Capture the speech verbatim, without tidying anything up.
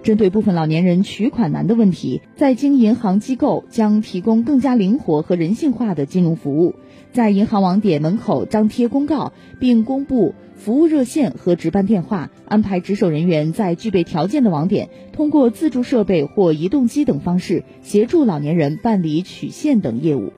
针对部分老年人取款难的问题，在京银行机构将提供更加灵活和人性化的金融服务，在银行网点门口张贴公告，并公布服务热线和值班电话，安排值守人员在具备条件的网点，通过自助设备或移动机等方式协助老年人办理取现等业务。